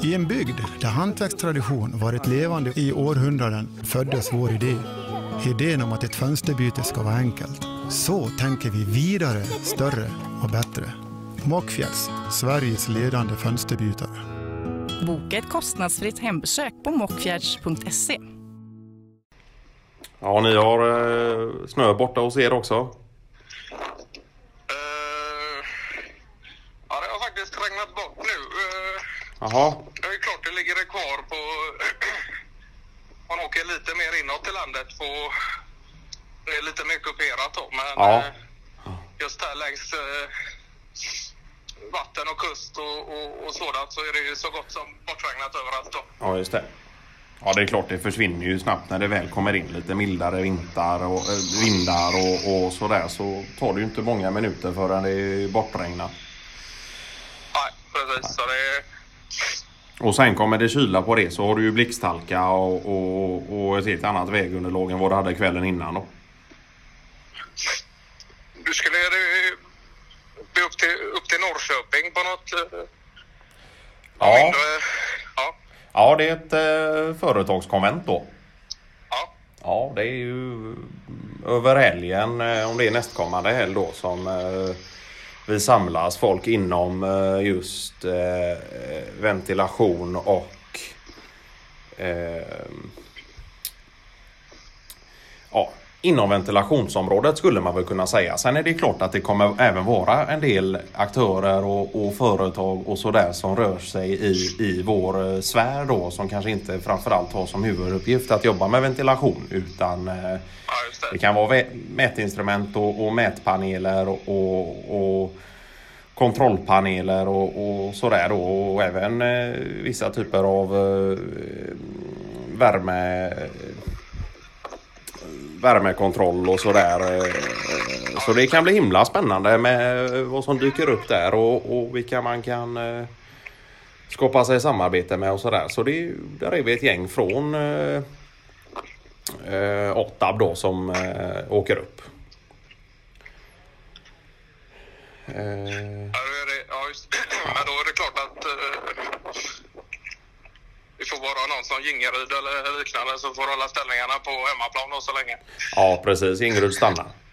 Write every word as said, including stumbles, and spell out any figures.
I en bygd där hantverkstradition varit levande i århundraden föddes vår idé. Idén om att ett fönsterbyte ska vara enkelt. Så tänker vi vidare, större och bättre. Mockfjälls, Sveriges ledande fönsterbytare. Boka ett kostnadsfritt hembesök på mockfjärds punkt se. Ja, ni har eh, snö borta hos er också? Uh, ja, det har faktiskt regnat bort nu. Uh, Jaha. Det är klart det ligger kvar på... man åker lite mer inåt i landet på... Det är lite mer kuperat då, men ja. uh, just här längs uh, vatten och kust och, och, och sådant så är det ju så gott som bortregnat överallt då. Ja, just det. Ja, det är klart det försvinner ju snabbt när det väl kommer in lite mildare vinter och, äh, vindar och, och sådär, så tar det ju inte många minuter förrän det är bortregnat. Nej, precis. Nej. Så det är... Och sen kommer det kyla på det, så har du ju blixthalka och, och, och ett helt annat vägunderlag än vad du hade kvällen innan då. Du skulle bli upp till, upp till Norrköping på något... Ja. Mindre, ja. Ja, det är ett eh, företagskonvent då. Ja. Ja, det är ju över helgen, eh, om det är nästkommande helg då, som eh, vi samlas folk inom eh, just eh, ventilation och eh, ja, inom ventilationsområdet skulle man väl kunna säga. Sen är det klart att det kommer även vara en del aktörer och, och företag och sådär som rör sig i, i vår sfär då, som kanske inte framförallt har som huvuduppgift att jobba med ventilation, utan eh, Ja, just det. det kan vara mätinstrument och, och mätpaneler och, och, och kontrollpaneler och, och sådär då, och även eh, vissa typer av eh, värme värmekontroll och sådär. Så det kan bli himla spännande med vad som dyker upp där och, och vilka man kan eh, skapa sig samarbete med och sådär. Så det, där är vi ett gäng från eh, O T A B då som eh, åker upp. Eh. Ja, då är det, ja, just, men då är det klart att uh, vi får vara någon som Gingeryd eller liknande så får hålla ställningarna på hemmaplan då så länge. Ja, precis. Gingeryd stannar.